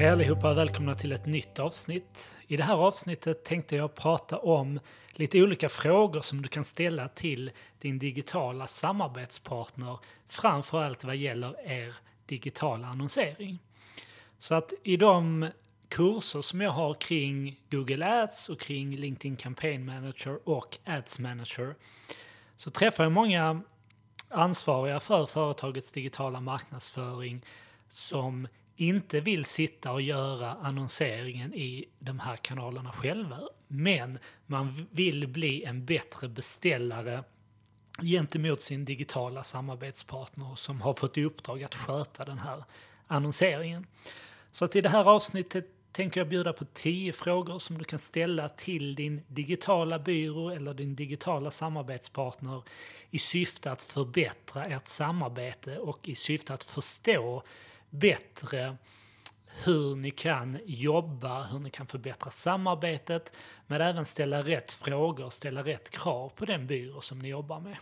Hej allihopa, välkomna till ett nytt avsnitt. I det här avsnittet tänkte jag prata om lite olika frågor som du kan ställa till din digitala samarbetspartner, framförallt vad gäller er digitala annonsering. Så att i de kurser som jag har kring Google Ads och kring LinkedIn Campaign Manager och Ads Manager så träffar jag många ansvariga för företagets digitala marknadsföring som inte vill sitta och göra annonseringen i de här kanalerna själva, men man vill bli en bättre beställare gentemot sin digitala samarbetspartner som har fått i uppdrag att sköta den här annonseringen. Så att i det här avsnittet tänker jag bjuda på 10 frågor som du kan ställa till din digitala byrå eller din digitala samarbetspartner i syfte att förbättra ert samarbete och i syfte att förstå bättre hur ni kan jobba, hur ni kan förbättra samarbetet, men även ställa rätt frågor, ställa rätt krav på den byrå som ni jobbar med.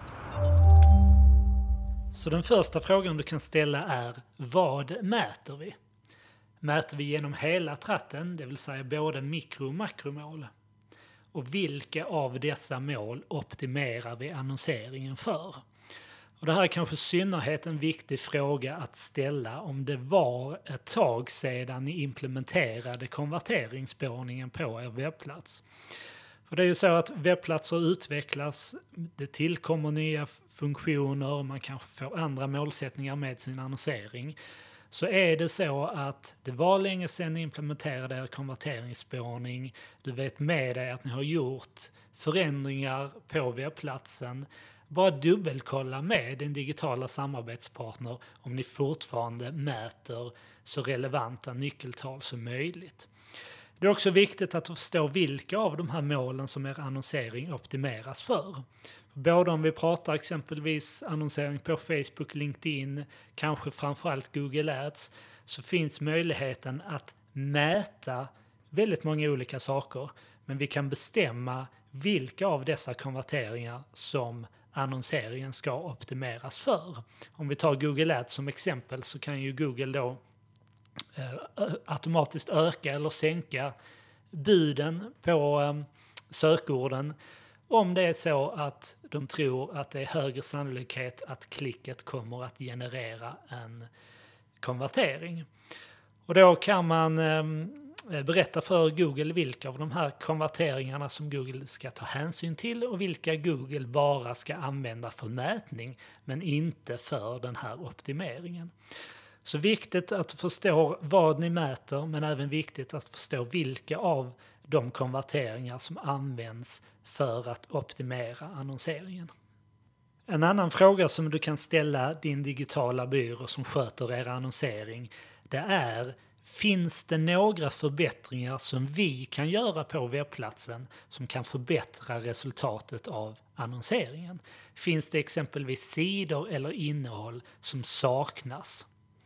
Så den första frågan du kan ställa är: vad mäter vi? Mäter vi genom hela tratten, det vill säga både mikro- och makromål? Och vilka av dessa mål optimerar vi annonseringen för? Och det här är kanske i synnerhet en viktig fråga att ställa om det var ett tag sedan ni implementerade konverteringsspårningen på er webbplats. För det är ju så att webbplatser utvecklas, det tillkommer nya funktioner, man kanske får andra målsättningar med sin annonsering. Så är det så att det var länge sedan ni implementerade er konverteringsspårning, du vet med dig att ni har gjort förändringar på webbplatsen, bara dubbelkolla med din digitala samarbetspartner om ni fortfarande mäter så relevanta nyckeltal som möjligt. Det är också viktigt att förstå vilka av de här målen som er annonsering optimeras för. Både om vi pratar exempelvis annonsering på Facebook, LinkedIn, kanske framförallt Google Ads, så finns möjligheten att mäta väldigt många olika saker. Men vi kan bestämma vilka av dessa konverteringar som annonseringen ska optimeras för. Om vi tar Google Ads som exempel så kan ju Google då automatiskt öka eller sänka buden på sökorden om det är så att de tror att det är högre sannolikhet att klicket kommer att generera en konvertering. Och då kan man berätta för Google vilka av de här konverteringarna som Google ska ta hänsyn till och vilka Google bara ska använda för mätning men inte för den här optimeringen. Så viktigt att förstå vad ni mäter, men även viktigt att förstå vilka av de konverteringar som används för att optimera annonseringen. En annan fråga som du kan ställa din digitala byrå som sköter er annonsering, det är: finns det några förbättringar som vi kan göra på webbplatsen som kan förbättra resultatet av annonseringen? Finns det exempelvis sidor eller innehåll som saknas?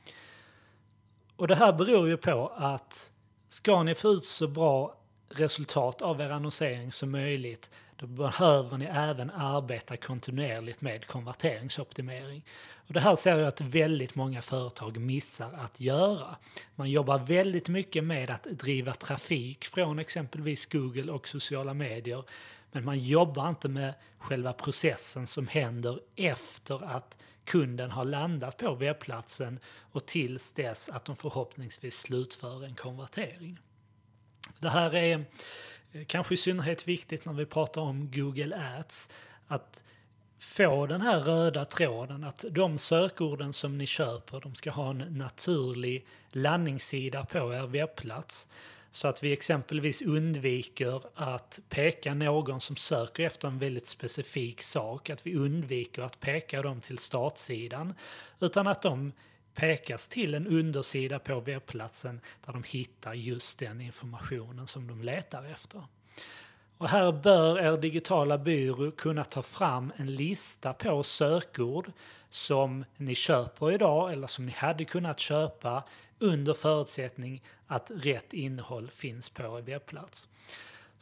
Och det här beror ju på att ska ni få ut så bra resultat av er annonsering som möjligt, då behöver ni även arbeta kontinuerligt med konverteringsoptimering. Och det här ser jag att väldigt många företag missar att göra. Man jobbar väldigt mycket med att driva trafik från exempelvis Google och sociala medier, men man jobbar inte med själva processen som händer efter att kunden har landat på webbplatsen och tills dess att de förhoppningsvis slutför en konvertering. Det här är kanske i synnerhet viktigt när vi pratar om Google Ads, att få den här röda tråden, att de sökorden som ni köper, de ska ha en naturlig landningssida på er webbplats. Så att vi exempelvis undviker att peka någon som söker efter en väldigt specifik sak, att vi undviker att peka dem till startsidan, utan att de pekas till en undersida på webbplatsen där de hittar just den informationen som de letar efter. Och här bör er digitala byrå kunna ta fram en lista på sökord som ni köper idag eller som ni hade kunnat köpa under förutsättning att rätt innehåll finns på er webbplats.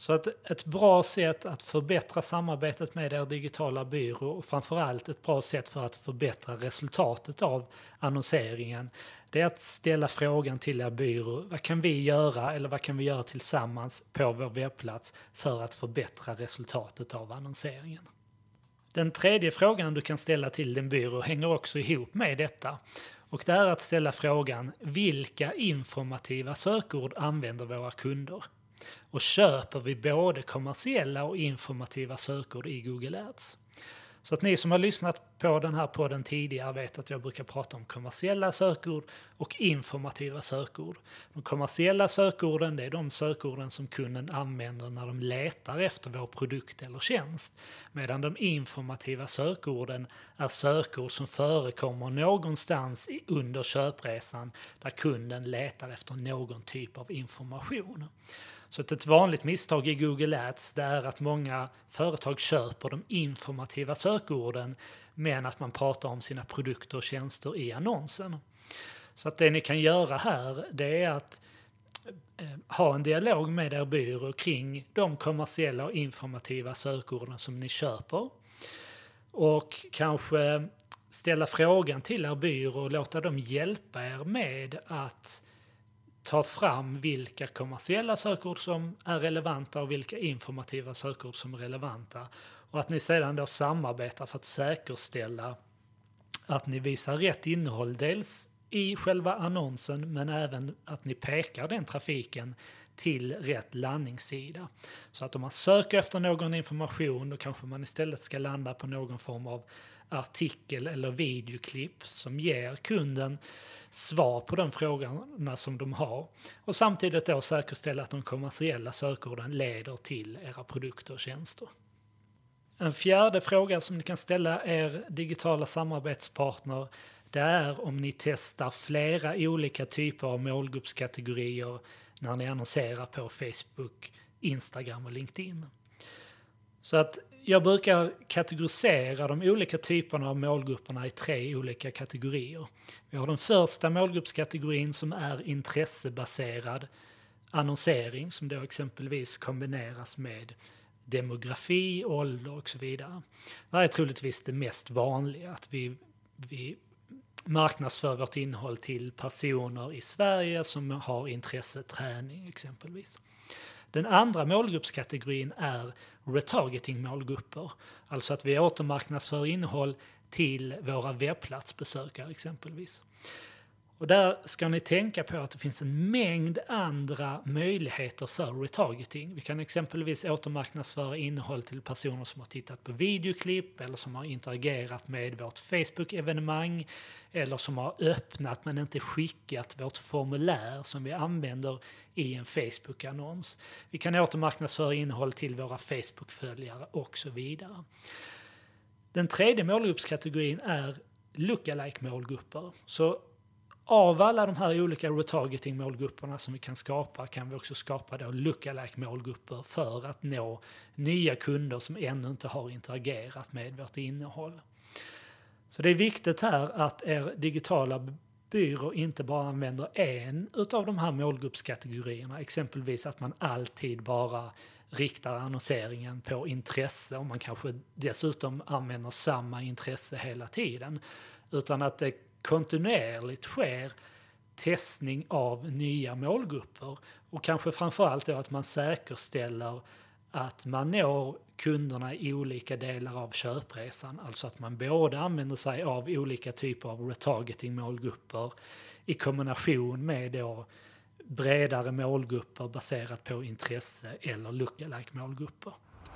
Så att ett bra sätt att förbättra samarbetet med er digitala byrå och framförallt ett bra sätt för att förbättra resultatet av annonseringen, det är att ställa frågan till er byrå: vad kan vi göra eller vad kan vi göra tillsammans på vår webbplats för att förbättra resultatet av annonseringen? Den tredje frågan du kan ställa till din byrå hänger också ihop med detta. Och det är att ställa frågan: vilka informativa sökord använder våra kunder? Och köper vi både kommersiella och informativa sökord i Google Ads? Så att ni som har lyssnat på den här podden tidigare vet att jag brukar prata om kommersiella sökord och informativa sökord. De kommersiella sökorden, det är de sökorden som kunden använder när de letar efter vår produkt eller tjänst. Medan de informativa sökorden är sökord som förekommer någonstans under köpresan där kunden letar efter någon typ av information. Så ett vanligt misstag i Google Ads det är att många företag köper de informativa sökorden men att man pratar om sina produkter och tjänster i annonsen. Så att det ni kan göra här det är att ha en dialog med er byrå kring de kommersiella och informativa sökorden som ni köper. Och kanske ställa frågan till er byrå och låta dem hjälpa er med att ta fram vilka kommersiella sökord som är relevanta och vilka informativa sökord som är relevanta. Och att ni sedan då samarbetar för att säkerställa att ni visar rätt innehåll dels i själva annonsen men även att ni pekar den trafiken till rätt landningssida. Så att om man söker efter någon information då kanske man istället ska landa på någon form av artikel eller videoklipp som ger kunden svar på de frågorna som de har. Och samtidigt då säkerställa att de kommersiella sökorden leder till era produkter och tjänster. En fjärde fråga som ni kan ställa er digitala samarbetspartner det är om ni testar flera olika typer av målgruppskategorier när ni annonserar på Facebook, Instagram och LinkedIn. Så att jag brukar kategorisera de olika typerna av målgrupperna i 3 olika kategorier. Vi har den första målgruppskategorin som är intressebaserad annonsering som då exempelvis kombineras med demografi, ålder och så vidare. Det här är troligtvis det mest vanliga, att vi marknadsför vårt innehåll till personer i Sverige som har intresse träning exempelvis. Den andra målgruppskategorin är retargeting-målgrupper, alltså att vi återmarknadsför innehåll till våra webbplatsbesökare exempelvis. Och där ska ni tänka på att det finns en mängd andra möjligheter för retargeting. Vi kan exempelvis återmarknadsföra innehåll till personer som har tittat på videoklipp eller som har interagerat med vårt Facebook-evenemang eller som har öppnat men inte skickat vårt formulär som vi använder i en Facebook-annons. Vi kan återmarknadsföra innehåll till våra Facebook-följare och så vidare. Den tredje målgruppskategorin är lookalike-målgrupper. Så av alla de här olika retargeting-målgrupperna som vi kan skapa kan vi också skapa då lookalike-målgrupper för att nå nya kunder som ännu inte har interagerat med vårt innehåll. Så det är viktigt här att er digitala byrå inte bara använder en av de här målgruppskategorierna, exempelvis att man alltid bara riktar annonseringen på intresse och man kanske dessutom använder samma intresse hela tiden, utan att det kontinuerligt sker testning av nya målgrupper och kanske framförallt då att man säkerställer att man når kunderna i olika delar av köpresan, alltså att man både använder sig av olika typer av retargeting-målgrupper i kombination med då bredare målgrupper baserat på intresse eller lookalike-målgrupper.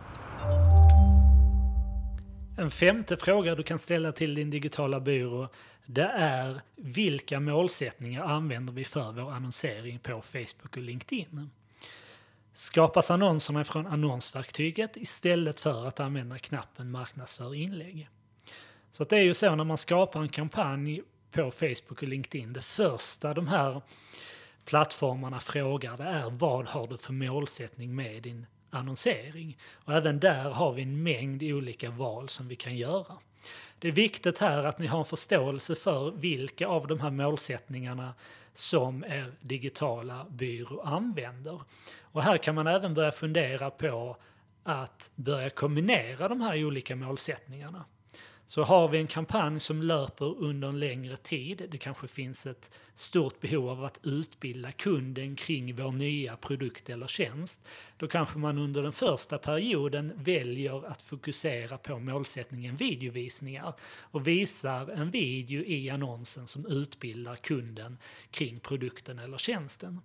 En femte fråga du kan ställa till din digitala byrå det är: vilka målsättningar använder vi för vår annonsering på Facebook och LinkedIn? Skapas annonserna från annonsverktyget istället för att använda knappen marknadsför inlägg? Så att det är ju så när man skapar en kampanj på Facebook och LinkedIn, det första de här plattformarna frågar det är: vad har du för målsättning med din annonsering. Och även där har vi en mängd olika val som vi kan göra. Det är viktigt här att ni har en förståelse för vilka av de här målsättningarna som er digitala byrå använder. Och här kan man även börja fundera på att börja kombinera de här olika målsättningarna. Så har vi en kampanj som löper under en längre tid, det kanske finns ett stort behov av att utbilda kunden kring vår nya produkt eller tjänst, då kanske man under den första perioden väljer att fokusera på målsättningen videovisningar och visar en video i annonsen som utbildar kunden kring produkten eller tjänsten.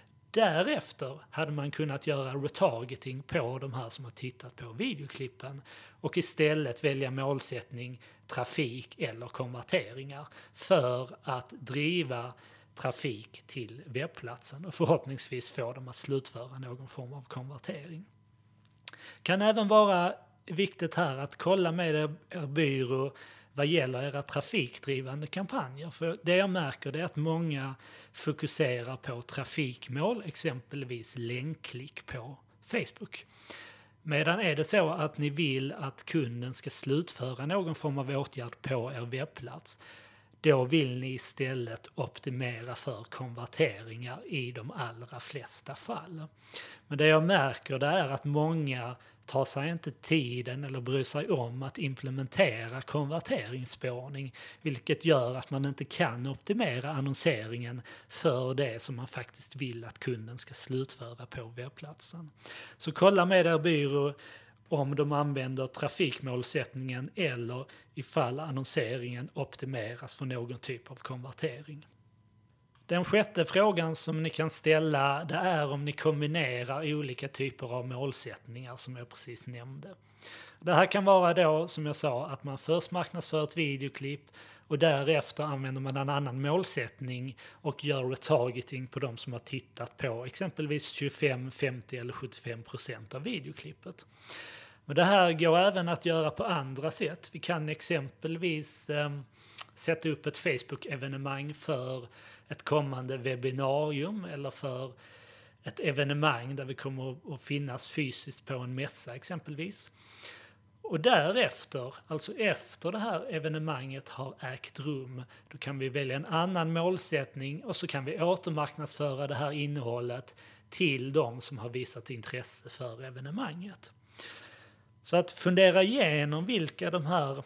Därefter hade man kunnat göra retargeting på de här som har tittat på videoklippen och istället välja målsättning, trafik eller konverteringar för att driva trafik till webbplatsen och förhoppningsvis få dem att slutföra någon form av konvertering. Kan även vara viktigt här att kolla med er byrå vad gäller era trafikdrivande kampanjer. För det jag märker är att många fokuserar på trafikmål, exempelvis länkklick på Facebook. Medan är det så att ni vill att kunden ska slutföra någon form av åtgärd på er webbplats, då vill ni istället optimera för konverteringar i de allra flesta fall. Men det jag märker det är att många tar sig inte tiden eller bryr sig om att implementera konverteringsspårning, vilket gör att man inte kan optimera annonseringen för det som man faktiskt vill att kunden ska slutföra på webbplatsen. Så kolla med er byrå om de använder trafikmålsättningen eller ifall annonseringen optimeras för någon typ av konvertering. Den sjätte frågan som ni kan ställa det är om ni kombinerar olika typer av målsättningar som jag precis nämnde. Det här kan vara då som jag sa att man först marknadsför ett videoklipp och därefter använder man en annan målsättning och gör retargeting på de som har tittat på exempelvis 25, 50 eller 75% av videoklippet. Men det här går även att göra på andra sätt. Vi kan exempelvis sätta upp ett Facebook-evenemang för ett kommande webbinarium eller för ett evenemang där vi kommer att finnas fysiskt på en mässa exempelvis. Och därefter, alltså efter det här evenemanget har ägt rum, då kan vi välja en annan målsättning och så kan vi återmarknadsföra det här innehållet till de som har visat intresse för evenemanget. Så att fundera igenom vilka de här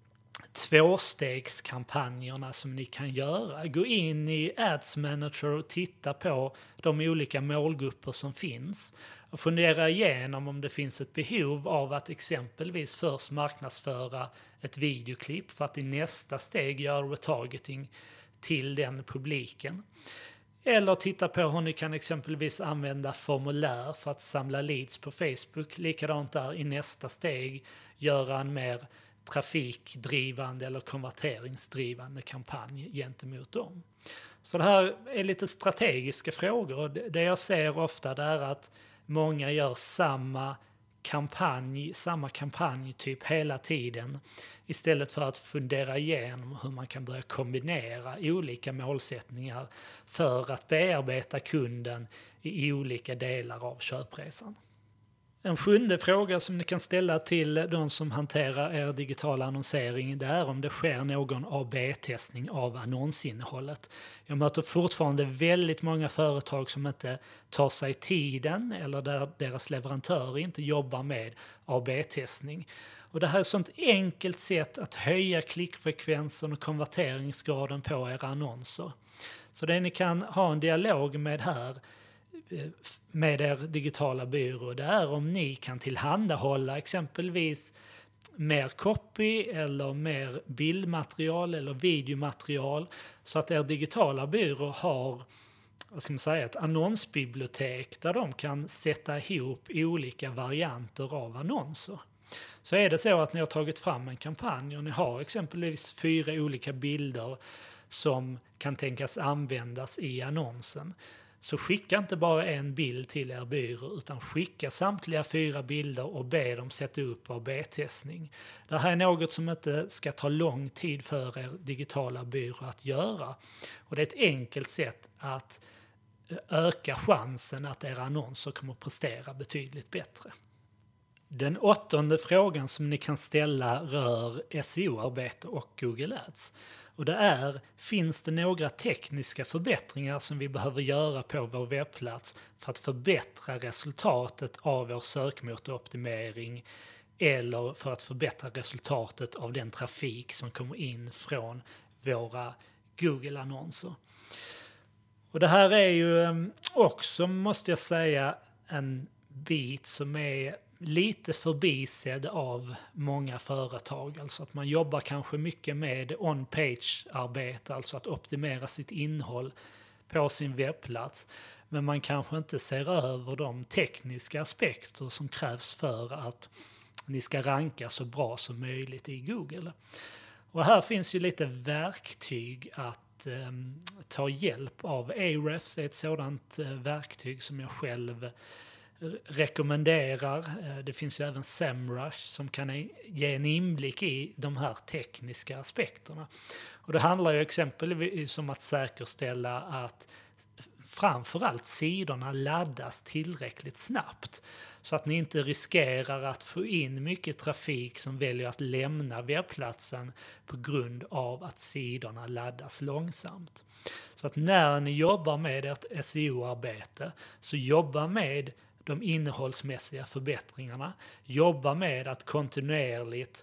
tvåstegskampanjerna som ni kan göra. Gå in i Ads Manager och titta på de olika målgrupper som finns och fundera igenom om det finns ett behov av att exempelvis först marknadsföra ett videoklipp för att i nästa steg göra retargeting till den publiken. Eller titta på hur ni kan exempelvis använda formulär för att samla leads på Facebook. Likadant där i nästa steg göra en mer trafikdrivande eller konverteringsdrivande kampanj gentemot dem. Så det här är lite strategiska frågor och det jag ser ofta är att många gör samma kampanj typ hela tiden istället för att fundera igenom hur man kan börja kombinera olika målsättningar för att bearbeta kunden i olika delar av köpresan. En sjunde fråga som ni kan ställa till de som hanterar er digitala annonsering det är om det sker någon AB-testning av annonsinnehållet. Jag möter fortfarande väldigt många företag som inte tar sig tiden eller där deras leverantörer inte jobbar med AB-testning. Och det här är ett sånt enkelt sätt att höja klickfrekvensen och konverteringsgraden på era annonser. Så det ni kan ha en dialog med här med er digitala byrå, det är om ni kan tillhandahålla exempelvis mer copy eller mer bildmaterial eller videomaterial så att er digitala byrå har ett annonsbibliotek där de kan sätta ihop olika varianter av annonser. Så är det så att ni har tagit fram en kampanj och ni har exempelvis 4 olika bilder som kan tänkas användas i annonsen. Så skicka inte bara en bild till er byrå utan skicka samtliga 4 bilder och be dem sätta upp AB-testning. Det här är något som inte ska ta lång tid för er digitala byrå att göra. Och det är ett enkelt sätt att öka chansen att era annonser kommer att prestera betydligt bättre. Den 8:e frågan som ni kan ställa rör SEO-arbete och Google Ads. Och det är, finns det några tekniska förbättringar som vi behöver göra på vår webbplats för att förbättra resultatet av vår sökmotoroptimering eller för att förbättra resultatet av den trafik som kommer in från våra Google-annonser? Och det här är ju också, måste jag säga, en bit som är lite förbisedd av många företag. Alltså att man jobbar kanske mycket med on-page-arbete, alltså att optimera sitt innehåll på sin webbplats. Men man kanske inte ser över de tekniska aspekter som krävs för att ni ska ranka så bra som möjligt i Google. Och här finns ju lite verktyg att ta hjälp av. Ahrefs är ett sådant verktyg som jag själv rekommenderar. Det finns ju även SEMrush som kan ge en inblick i de här tekniska aspekterna. Och det handlar ju exempelvis om att säkerställa att framförallt sidorna laddas tillräckligt snabbt så att ni inte riskerar att få in mycket trafik som väljer att lämna webbplatsen på grund av att sidorna laddas långsamt. Så att när ni jobbar med ert SEO-arbete så jobba med de innehållsmässiga förbättringarna, jobba med att kontinuerligt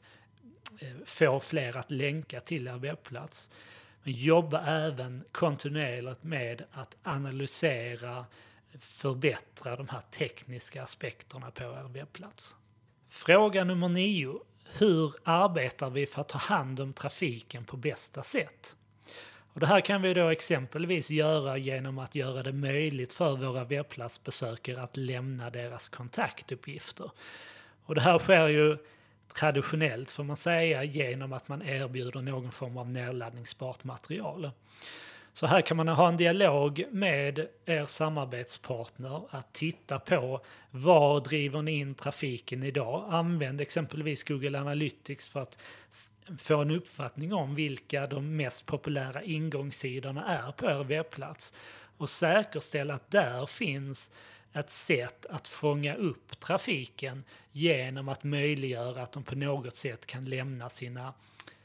få fler att länka till er webbplats. Men jobba även kontinuerligt med att analysera, förbättra de här tekniska aspekterna på er webbplats. Fråga nummer 9. Hur arbetar vi för att ta hand om trafiken på bästa sätt? Och det här kan vi då exempelvis göra genom att göra det möjligt för våra webbplatsbesökare att lämna deras kontaktuppgifter. Och det här sker ju traditionellt, får man säga, genom att man erbjuder någon form av nedladdningsbart material. Så här kan man ha en dialog med er samarbetspartner att titta på var driver ni in trafiken idag. Använd exempelvis Google Analytics för att få en uppfattning om vilka de mest populära ingångssidorna är på er webbplats och säkerställa att där finns ett sätt att fånga upp trafiken genom att möjliggöra att de på något sätt kan lämna sina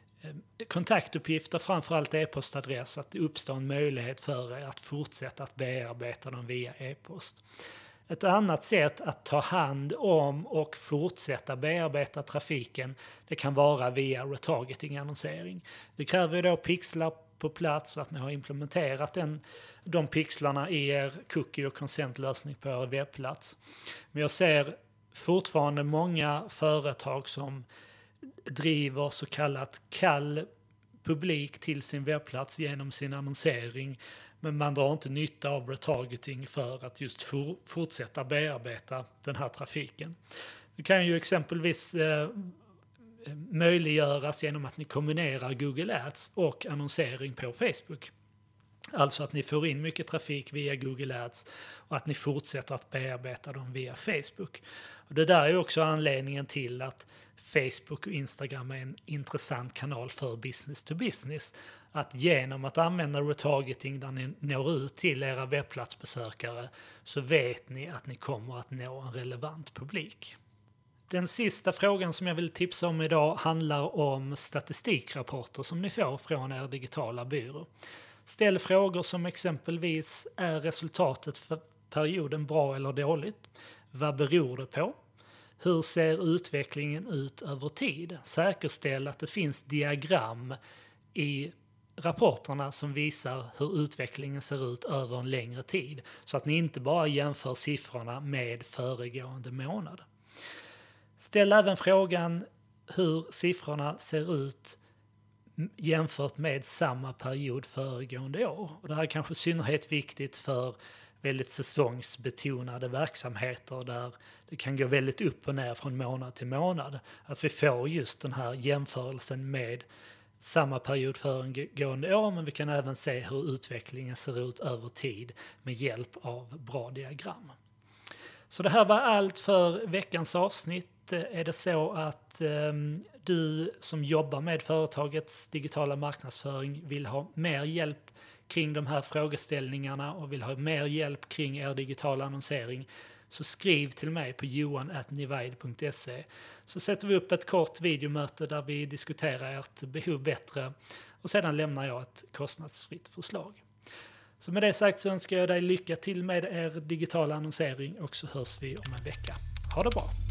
kontaktuppgifter, framförallt e-postadress, så att det uppstår en möjlighet för er att fortsätta att bearbeta dem via e-post. Ett annat sätt att ta hand om och fortsätta bearbeta trafiken, det kan vara via retargeting-annonsering. Det kräver då pixlar på plats så att ni har implementerat de pixlarna i er cookie- och consent-lösning på er webbplats. Men jag ser fortfarande många företag som driver så kallat kall publik till sin webbplats genom sin annonsering, men man drar inte nytta av retargeting för att just fortsätta bearbeta den här trafiken. Det kan ju exempelvis möjliggöras genom att ni kombinerar Google Ads och annonsering på Facebook. Alltså att ni får in mycket trafik via Google Ads och att ni fortsätter att bearbeta dem via Facebook. Och det där är också anledningen till att Facebook och Instagram är en intressant kanal för business to business. Att genom att använda retargeting där ni når ut till era webbplatsbesökare så vet ni att ni kommer att nå en relevant publik. Den sista frågan som jag vill tipsa om idag handlar om statistikrapporter som ni får från er digitala byrå. Ställ frågor som exempelvis: är resultatet för perioden bra eller dåligt? Vad beror det på? Hur ser utvecklingen ut över tid? Säkerställ att det finns diagram i rapporterna som visar hur utvecklingen ser ut över en längre tid, så att ni inte bara jämför siffrorna med föregående månad. Ställ även frågan hur siffrorna ser ut jämfört med samma period föregående år. Och det här är kanske i synnerhet viktigt för väldigt säsongsbetonade verksamheter där det kan gå väldigt upp och ner från månad till månad. Att vi får just den här jämförelsen med samma period föregående år, men vi kan även se hur utvecklingen ser ut över tid med hjälp av bra diagram. Så det här var allt för veckans avsnitt. Är det så att du som jobbar med företagets digitala marknadsföring vill ha mer hjälp kring de här frågeställningarna och vill ha mer hjälp kring er digitala annonsering, så skriv till mig på johan@nivide.se, så sätter vi upp ett kort videomöte där vi diskuterar ert behov bättre och sedan lämnar jag ett kostnadsfritt förslag. Så med det sagt så önskar jag dig lycka till med er digitala annonsering och så hörs vi om en vecka. Ha det bra!